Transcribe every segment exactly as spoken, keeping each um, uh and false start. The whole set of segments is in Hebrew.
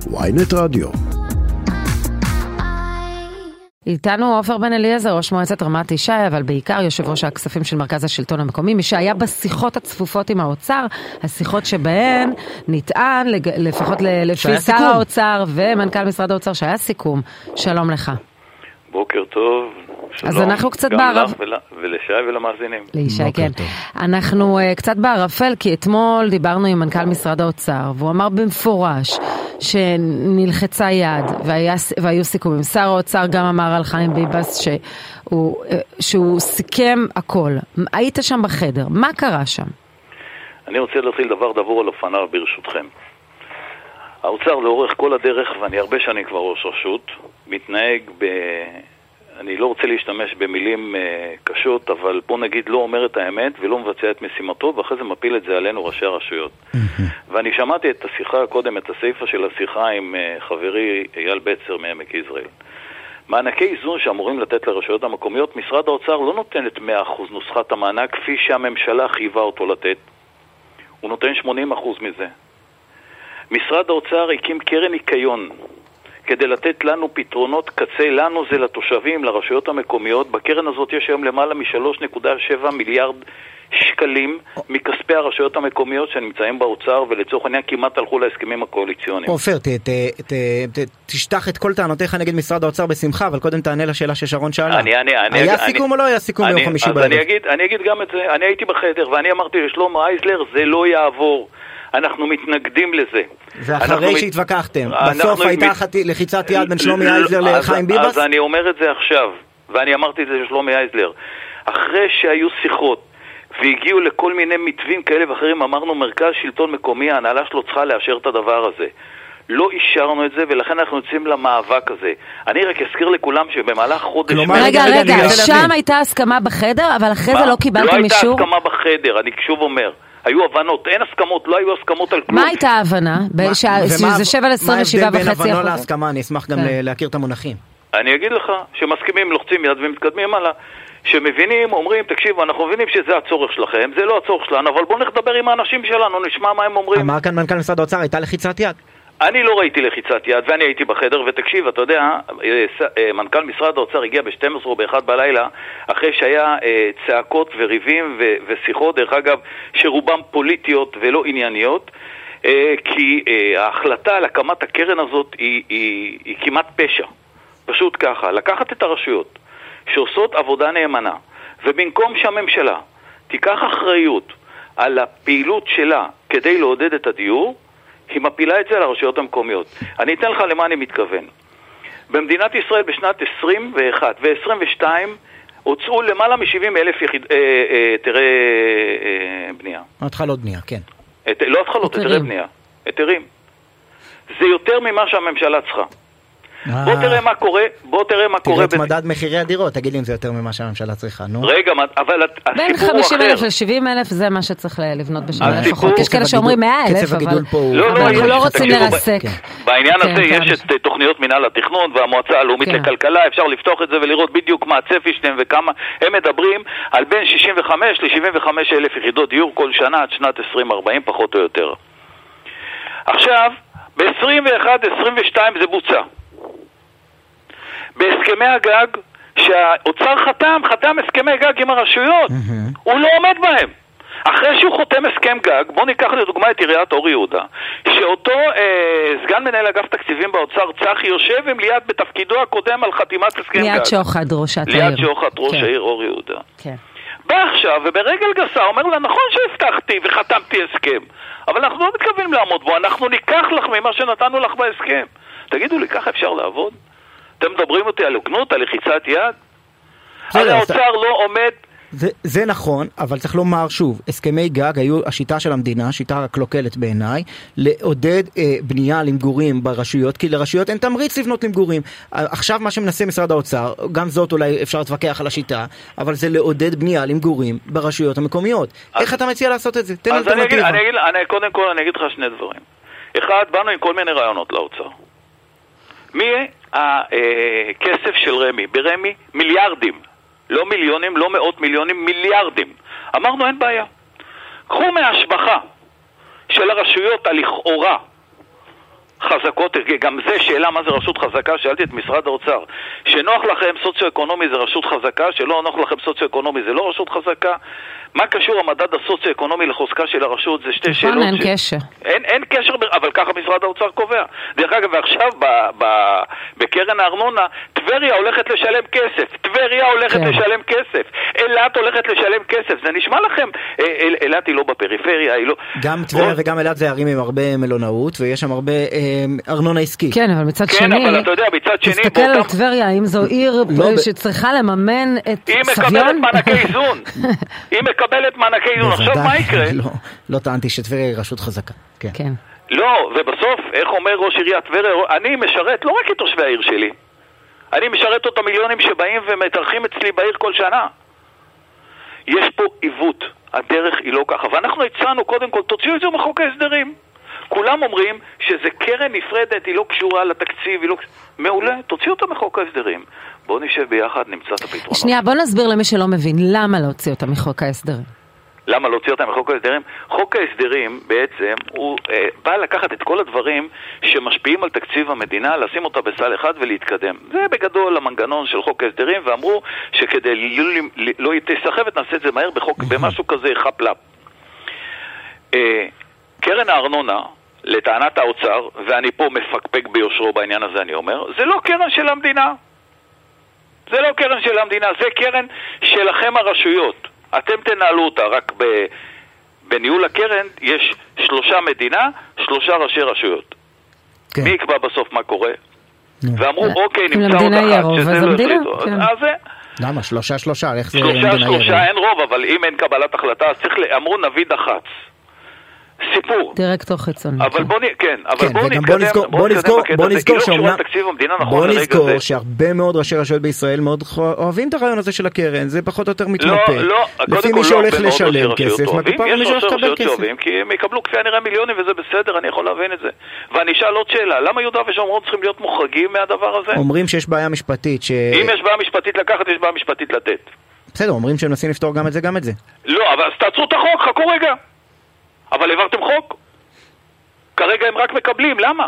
וויינט רדיו. איתנו עופר בן אליעזר, ראש מועצת רמת ישי, אבל בעיקר יושב ראש הכספים של מרכז השלטון המקומי, מי שהיה בשיחות הצפופות עם האוצר, השיחות שבהן נטען, לפחות לפי שר האוצר ומנכ"ל משרד האוצר, שהיה סיכום. שלום לך. בוקר טוב. שלום. אז אנחנו קצת גם בערב... לך ול... ולשי ולמאזינים. לישי, כן. טוב. אנחנו uh, קצת בערפל, כי אתמול דיברנו עם מנכ"ל משרד האוצר, והוא אמר במפורש שנלחצה יד, והיה, והיו סיכומים. שר האוצר גם אמר על חיים ביבס שהוא, uh, שהוא סיכם הכל. היית שם בחדר, מה קרה שם? אני רוצה להתחיל דבר דבור על אופניו ברשותכם. האוצר לאורך כל הדרך, ואני הרבה שנים כבר ראש רשות, מתנהג ב... אני לא רוצה להשתמש במילים uh, קשות, אבל בוא נגיד לא אומר את האמת ולא מבצע את משימתו, ואחרי זה מפיל את זה עלינו ראשי הרשויות. ואני שמעתי את השיחה קודם, את הסעיפה של השיחה עם uh, חברי אייל בצר מעמק יזרעאל. מענקי איזון שאמורים לתת לרשויות המקומיות, משרד האוצר לא נותן את מאה אחוז נוסחת המענק כפי שהממשלה חייבה אותו לתת. הוא נותן שמונים אחוז מזה. משרד האוצר הקים קרן ניקיון כדי לתת לנו פתרונות קצה, לנו זה לתושבים, לרשויות המקומיות. בקרן הזאת יש היום למעלה מ-שלוש נקודה שבע מיליארד שקלים מכספי הרשויות המקומיות שנמצאים באוצר, ולצורך העניין כמעט הלכו להסכמים הקואליציוניים. עופר, תשטח את כל טענותיך נגד משרד האוצר בשמחה, אבל קודם תענה לשאלה ששרון שאלה. היה סיכום או לא היה סיכום ביום חמישי בערב? אני אגיד גם את זה, אני הייתי בחדר ואני אמרתי לשלמה אייזלר, זה לא יעבור. אנחנו מתנגדים לזה. ואחרי שהתווכחתם, בסוף הייתה לחיצת יד בין שלומי אייזלר לחיים ביבס? אז אני אומר את זה עכשיו, ואני אמרתי את זה לשלומי אייזלר. אחרי שהיו שיחות, והגיעו לכל מיני מתווים כאלה ואחרים, אמרנו מרכז שלטון מקומי, ההנהלה שלו צריכה לאשר את הדבר הזה. לא אישרנו את זה, ולכן אנחנו יוצאים למאבק הזה. אני רק אזכיר לכולם שבמהלך חודש... רגע, רגע, שם הייתה הסכמה בחדר, אבל אחרי זה לא קיבלתם אישור? לא הייתה הסכמה בחדר, אני שוב אומר. היו הבנות, אין הסכמות, לא היו הסכמות על כלום. מה הייתה ההבנה? זה שבע עשרים ושבע וחצי אחוז. מה ההבדל בין הבנה להסכמה? אני אשמח גם להכיר את המונחים. אני אגיד לך, שמסכימים, לוחצים יד ומתקדמים הלאה, שמבינים, אומרים, תקשיבו, אנחנו מבינים שזה הצורך שלכם, זה לא הצורך שלנו, אבל בואו נדבר עם האנשים שלנו, נשמע מה הם אומרים. אמר כאן מנכ"ל משרד האוצר, הייתה לחיצת יד. אני לא ראיתי לחיצת יד, ואני הייתי בחדר, ותקשיב, אתה יודע, מנכ"ל משרד האוצר הגיע ב-שתים עשרה או ב-אחת בלילה, אחרי שהיה צעקות וריבים ושיחות, דרך אגב, שרובם פוליטיות ולא ענייניות, כי ההחלטה על הקמת הקרן הזאת היא, היא, היא כמעט פשע. פשוט ככה, לקחת את הרשויות שעושות עבודה נאמנה, ובמקום שהממשלה תיקח אחריות על הפעילות שלה כדי לעודד את הדיור, היא מפילה את זה לרשויות המקומיות. אני אתן לך למה אני מתכוון. במדינת ישראל בשנת עשרים ואחת ו-עשרים ושתיים הוצאו למעלה מ-שבעים אלף היתרי בנייה. התחלות בנייה, כן. לא התחלות, היתרי בנייה. היתרים. זה יותר ממה שהממשלה צריכה. בוא תראה מה קורה, בוא תראה מה קורה. תראה את מדד מחירי הדירות, תגיד לי אם זה יותר ממה שהממשלה צריכה, נו. רגע, אבל הסיפור בין חמישים אלף ל-שבעים אלף זה מה שצריך לבנות בשנה לפחות. יש כאלה שאומרים מאה אלף, אבל אנחנו לא רוצים לרסק. בעניין הזה יש את תוכניות מנהל התכנון והמועצה הלאומית לכלכלה, אפשר לפתוח את זה ולראות בדיוק מה הצפי שלהם וכמה. הם מדברים על בין שישים וחמש ל-שבעים וחמש אלף יחידות דיור כל שנה עד שנת עשרים ארבעים פחות או יותר. עכשיו, ב-עשרים ואחת עשרים ושתיים זה בוצע. בהסכמי הגג, שהאוצר חתם, חתם הסכמי גג עם הרשויות, הוא לא עומד בהם. אחרי שהוא חותם הסכם גג, בוא ניקח לדוגמה את עיריית אור יהודה, שאותו אה, סגן מנהל אגף תקציבים באוצר צחי יושב עם ליד בתפקידו הקודם על חתימת הסכם ליד גג. ליד שוחד ראשת העיר. ליד שוחד ראש כן. העיר אור יהודה. כן. בא עכשיו וברגל גסה אומר לה, נכון שהבטחתי וחתמתי הסכם, אבל אנחנו לא מתכוונים לעמוד בו, אנחנו ניקח לך ממה שנתנו לך בהסכם. תגידו לי, ככה אפשר לעבוד? אתם מדברים אותי על הוגנות, על לחיצת יד? הרי האוצר לא עומד... זה, זה נכון, אבל צריך לומר שוב, הסכמי גג היו השיטה של המדינה, שיטה קלוקלת בעיניי, לעודד אה, בנייה למגורים ברשויות, כי לרשויות אין תמריץ לבנות למגורים. עכשיו מה שמנסה משרד האוצר, גם זאת אולי אפשר להתווכח על השיטה, אבל זה לעודד בנייה למגורים ברשויות המקומיות. אז, איך אתה מציע לעשות את זה? תן אז אני אגיד, אני אגיד, אני, קודם כל אני אגיד לך שני דברים. אחד, באנו עם כל מיני רעיונות לאוצר. מי הכסף של רמי? ברמי מיליארדים. לא מיליונים, לא מאות מיליונים, מיליארדים. אמרנו אין בעיה. קחו מההשבחה של הרשויות הלכאורה חזקות, גם זה שאלה מה זה רשות חזקה, שאלתי את משרד האוצר, שנוח לכם סוציו-אקונומי זה רשות חזקה, שלא נוח לכם סוציו-אקונומי זה לא רשות חזקה. מה קשור המדד הסוציו-אקונומי לחוזקה של הרשות? זה שתי שאלות. אין קשר. אין, אין קשר, אבל ככה משרד האוצר קובע. דרך אגב, ועכשיו ב, ב, בקרן הארנונה, טבריה הולכת לשלם כסף. טבריה הולכת כן. לשלם כסף. אילת הולכת לשלם כסף. זה נשמע לכם, אל, אילת היא לא בפריפריה, היא לא... גם טבריה וגם אילת זה ערים עם הרבה מלונאות, ויש שם הרבה אה, ארנונה עסקית. כן, אבל מצד כן, שני... אבל אתה יודע, מצד שני... תסתכל על טבריה, האם זו עיר לא שצריכה לממן את סביון? היא מקבלת מענקי איזון. היא מקבלת מענקי איזון. עכשיו מה יקרה? לא, לא טענתי שטבריה היא רשות חזקה. כן. כן. לא, ובסוף, איך אומר ראש עיריית טבריה, אני משרת לא רק את תושבי העיר שלי. אני משרת אותם מיליונים שבאים ומתארחים אצלי בעיר כל שנה. יש פה עיוות. הדרך היא לא ככה. ואנחנו הצענו קודם כל, תוציאו את זה מחוק ההסדרים. כולם אומרים שזה קרן נפרדת, היא לא קשורה לתקציב, היא לא... מעולה, תוציאו אותה מחוק ההסדרים. בואו נשב ביחד, נמצא את הפתרונות. שנייה, בוא נסביר למי שלא מבין, למה להוציא אותה מחוק ההסדרים? למה להוציא אותה מחוק ההסדרים? חוק ההסדרים בעצם הוא אה, בא לקחת את כל הדברים שמשפיעים על תקציב המדינה, לשים אותה בסל אחד ולהתקדם. זה בגדול המנגנון של חוק ההסדרים, ואמרו שכדי לא, לא תסחבת נעשה את זה מהר בחוק, במשהו כזה חפלפ. אה, קרן הארנונה, לטענת האוצר, ואני פה מפקפק ביושרו בעניין הזה, אני אומר, זה לא קרן של המדינה. זה לא קרן של המדינה, זה קרן שלכם הרשויות. אתם תנהלו אותה, רק ב, בניהול הקרן יש שלושה מדינה, שלושה ראשי רשויות. כן. מי יקבע בסוף מה קורה? ואמרו, אוקיי, נמצא עוד אחת, שזה לא החליטו. אז זה... למה? שלושה שלושה, איך זה... שלושה שלושה, אין רוב, אבל אם אין קבלת החלטה, אז צריך, אמרו נביא דחץ. סיפור. דירקטור חיצוני. אבל בוא, כן, אבל כן, בוא נתקדם, בוא נזכור, בוא נזכור, בוא נזכור שאומנם, בוא נזכור שהרבה מאוד ראשי רשויות בישראל מאוד אוהבים את הרעיון הזה של הקרן, זה פחות או יותר מתנפק. לא, לא, לפי מי שהולך לשלם כסף, מהקופה ומי שהולך לקבל כסף. כי הם יקבלו כפי הנראה מיליונים וזה בסדר, אני יכול להבין את זה. ואני אשאל עוד שאלה, למה יהודה ושומרון צריכים להיות מוחרגים מהדבר הזה? אומרים שיש בעיה משפטית ש... אם יש בעיה משפטית לקחת, יש בעיה משפטית לתת. בסדר, אומרים שהם מנסים לפתור גם את זה, גם את זה. לא, אבל תעצרו את החוק, חכו רגע. אבל העברתם חוק? כרגע הם רק מקבלים, למה?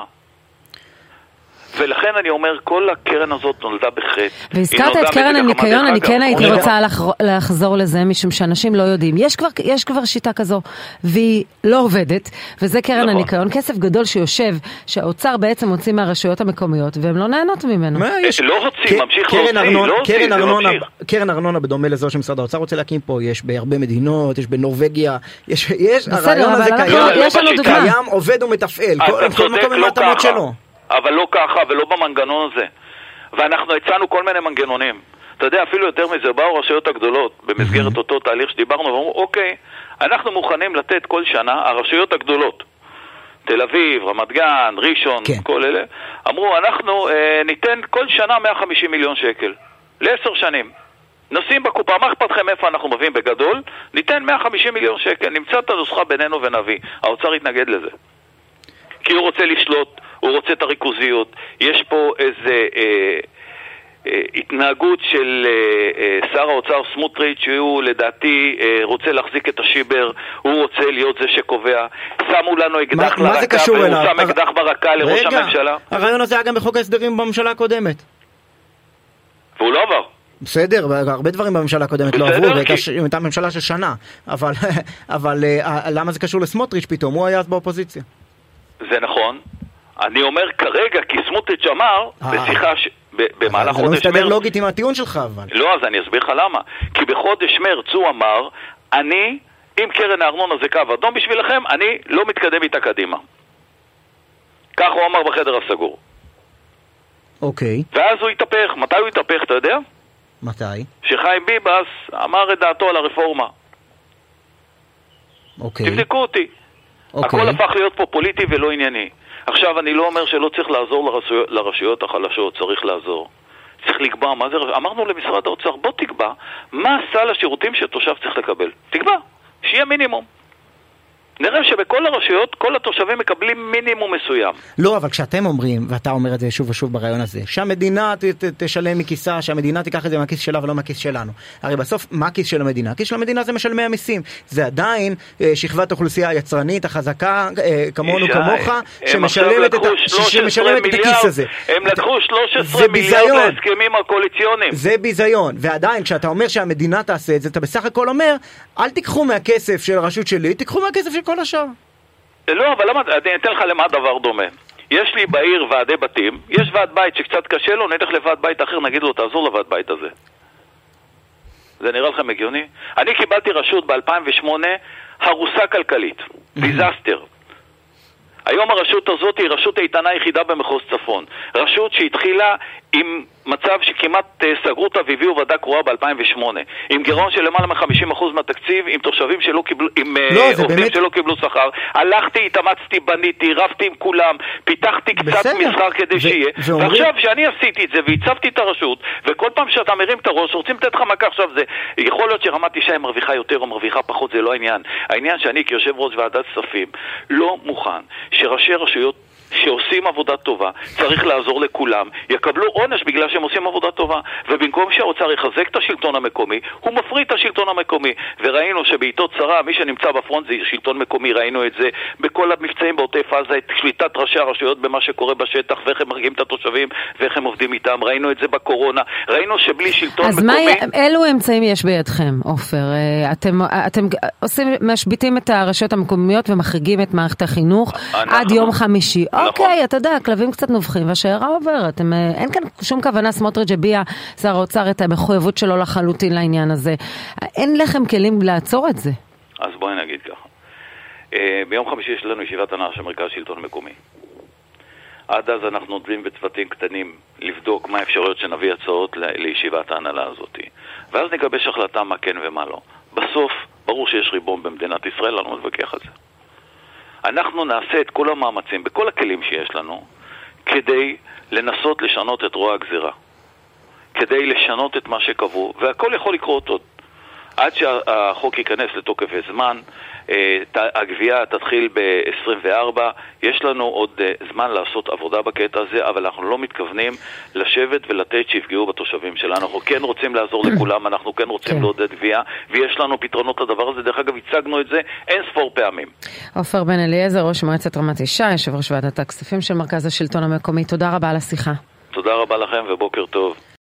ולכן אני אומר, כל הקרן הזאת נולדה בחטא. והזכרת את קרן הניקיון, אני כן הייתי רוצה לחזור לזה, משום שאנשים לא יודעים. יש כבר, יש כבר שיטה כזו, והיא לא עובדת, וזה קרן הניקיון, כסף גדול שיושב, שהאוצר בעצם מוציא מהרשויות המקומיות, והם לא נהנות ממנו. לא רוצים, ממשיך להוציא, לא רוצים, זה ממשיך. קרן ארנונה, בדומה לזו שמשרד האוצר רוצה להקים פה, יש בהרבה מדינות, יש בנורווגיה, יש, הרעיון הזה קיים, עובד ומתפעל, כל מקום עם ההתאמות שלו. אבל לא ככה ולא במנגנון הזה. ואנחנו הצענו כל מיני מנגנונים. אתה יודע, אפילו יותר מזה, באו הרשויות הגדולות במסגרת אותו תהליך שדיברנו, ואמרו, אוקיי, אנחנו מוכנים לתת כל שנה, הרשויות הגדולות, תל אביב, רמת גן, ראשון, כן. כל אלה, אמרו, אנחנו אה, ניתן כל שנה מאה וחמישים מיליון שקל, לעשר שנים. נשים בקופה, מה אכפת לכם איפה אנחנו מביאים בגדול? ניתן מאה וחמישים מיליון שקל, נמצא את הנוסחה בינינו ונביא. האוצר יתנגד לזה. כי הוא רוצה לשלוט, הוא רוצה את הריכוזיות. יש פה איזה אה, אה, התנהגות של אה, אה, שר האוצר סמוטריץ' שהוא לדעתי אה, רוצה להחזיק את השיבר, הוא רוצה להיות זה שקובע. שמו לנו אקדח מה, לרקה, והוא שם אקדח ברקה לראש רגע, הממשלה. הרעיון הזה היה גם בחוק ההסדרים בממשלה הקודמת. והוא לא עבר. בסדר, הרבה דברים בממשלה הקודמת לא עברו, והייתה ממשלה של שנה. אבל, אבל למה זה קשור לסמוטריץ' פתאום? הוא היה אז באופוזיציה. זה נכון. אני אומר כרגע, כי סמוטריץ' אמר, בשיחה ש... במהלך חודש מרץ... זה לא מסתדר לוגית עם הטיעון שלך, אבל... לא, אז אני אסביר לך למה. כי בחודש מרץ הוא אמר, אני, אם קרן הארנונה זה קו אדום בשבילכם, אני לא מתקדם איתה קדימה. כך הוא אמר בחדר הסגור. אוקיי. ואז הוא התהפך. מתי הוא התהפך, אתה יודע? מתי? שחיים ביבס אמר את דעתו על הרפורמה. אוקיי. תבדקו אותי. הכל הפך להיות פה פוליטי ולא ענייני. עכשיו, אני לא אומר שלא צריך לעזור לרשויות, לרשויות החלשות, צריך לעזור. צריך לקבוע מה זה... אמרנו למשרד האוצר, בוא תקבע מה סל השירותים שתושב צריך לקבל. תקבע, שיהיה מינימום. נראה שבכל הרשויות, כל התושבים מקבלים מינימום מסוים. לא, אבל כשאתם אומרים, ואתה אומר את זה שוב ושוב ברעיון הזה, שהמדינה ת, ת, תשלם מכיסה, שהמדינה תיקח את זה מהכיס שלה ולא מהכיס שלנו. הרי בסוף, מה הכיס של המדינה? הכיס של המדינה זה משלמי המיסים. זה עדיין אה, שכבת אוכלוסייה היצרנית, החזקה, אה, כמונו כמוך, שמשלמת, את, שמשלמת את הכיס הזה. הם לקחו שלוש עשרה מיליארד להסכמים הקואליציוניים. זה ביזיון. ועדיין, כשאתה אומר שהמדינה תעשה את זה, אתה בסך הכל אומר, אל תיקחו מהכסף של הרשות שלי, תיקחו מהכסף של כל השאר. לא, אבל למה, אני אתן לך למה דבר דומה. יש לי בעיר ועדי בתים, יש ועד בית שקצת קשה לו, נלך לוועד בית אחר, נגיד לו, תעזור לוועד בית הזה. זה נראה לכם הגיוני? אני קיבלתי רשות ב-אלפיים ושמונה, הרוסה כלכלית, דיזסטר. היום הרשות הזאת היא רשות איתנה יחידה במחוז צפון. רשות שהתחילה עם מצב שכמעט סגרו אותה והביאו ועדה קרואה ב-אלפיים ושמונה. עם גירעון של למעלה מ-חמישים אחוז מהתקציב, עם תושבים שלא קיבלו, עם לא, עובדים באמת... שלא קיבלו שכר. הלכתי, התאמצתי, בניתי, רבתי עם כולם, פיתחתי קצת בסדר. מסחר כדי ו... שיהיה. ו... ועכשיו שאני עשיתי את זה והצבתי את הרשות, וכל פעם שאתה מרים את הראש, רוצים לתת לך מכה עכשיו זה. יכול להיות שרמת אישה מרוויחה יותר או מרוויחה פחות, זה לא העניין. העניין שאני כיושב ראש ועדת כספים לא מוכן שראשי רשויות שעושים עבודה טובה, צריך לעזור לכולם, יקבלו עונש בגלל שהם עושים עבודה טובה, ובמקום שהאוצר יחזק את השלטון המקומי, הוא מפריד את השלטון המקומי, וראינו שבעיתות צרה, מי שנמצא בפרונט זה שלטון מקומי, ראינו את זה בכל המבצעים בעוטף עזה, את שליטת ראשי הרשויות במה שקורה בשטח, ואיך הם מרגיעים את התושבים, ואיך הם עובדים איתם, ראינו את זה בקורונה, ראינו שבלי שלטון אז מקומי... אז מה, אילו אמצעים יש בידכם, עופר? אתם, אתם עושים, משביטים את הרשויות המקומיות ומחריגים את מערכת החינוך אנחנו, עד יום חמישי. אוקיי, אתה יודע, כלבים קצת נובחים והשיירה עוברת. אין כאן שום כוונה, סמוטריץ' הביע שר האוצר את המחויבות שלו לחלוטין לעניין הזה. אין לכם כלים לעצור את זה. אז בואי נגיד ככה. ביום חמישי יש לנו ישיבת הנעה של מרכז שלטון מקומי. עד אז אנחנו נותנים בצוותים קטנים לבדוק מה האפשרויות שנביא הצעות לישיבת ההנהלה הזאת. ואז נגבש החלטה מה כן ומה לא. בסוף, ברור שיש ריבון במדינת ישראל, אנחנו נתווכח על זה. אנחנו נעשה את כל המאמצים, בכל הכלים שיש לנו, כדי לנסות לשנות את רוע הגזירה. כדי לשנות את מה שקבעו, והכל יכול לקרות עוד. עד שהחוק ייכנס לתוקף זמן, הגבייה תתחיל ב-עשרים וארבע, יש לנו עוד זמן לעשות עבודה בקטע הזה, אבל אנחנו לא מתכוונים לשבת ולתת שיפגעו בתושבים שלנו. אנחנו כן רוצים לעזור לכולם, אנחנו כן רוצים לעודד גבייה, ויש לנו פתרונות לדבר הזה. דרך אגב, הצגנו את זה אין ספור פעמים. עופר בן אליעזר, ראש מועצת רמת ישי, יושב ראש ועדת הכספים של מרכז השלטון המקומי, תודה רבה על השיחה. תודה רבה לכם ובוקר טוב.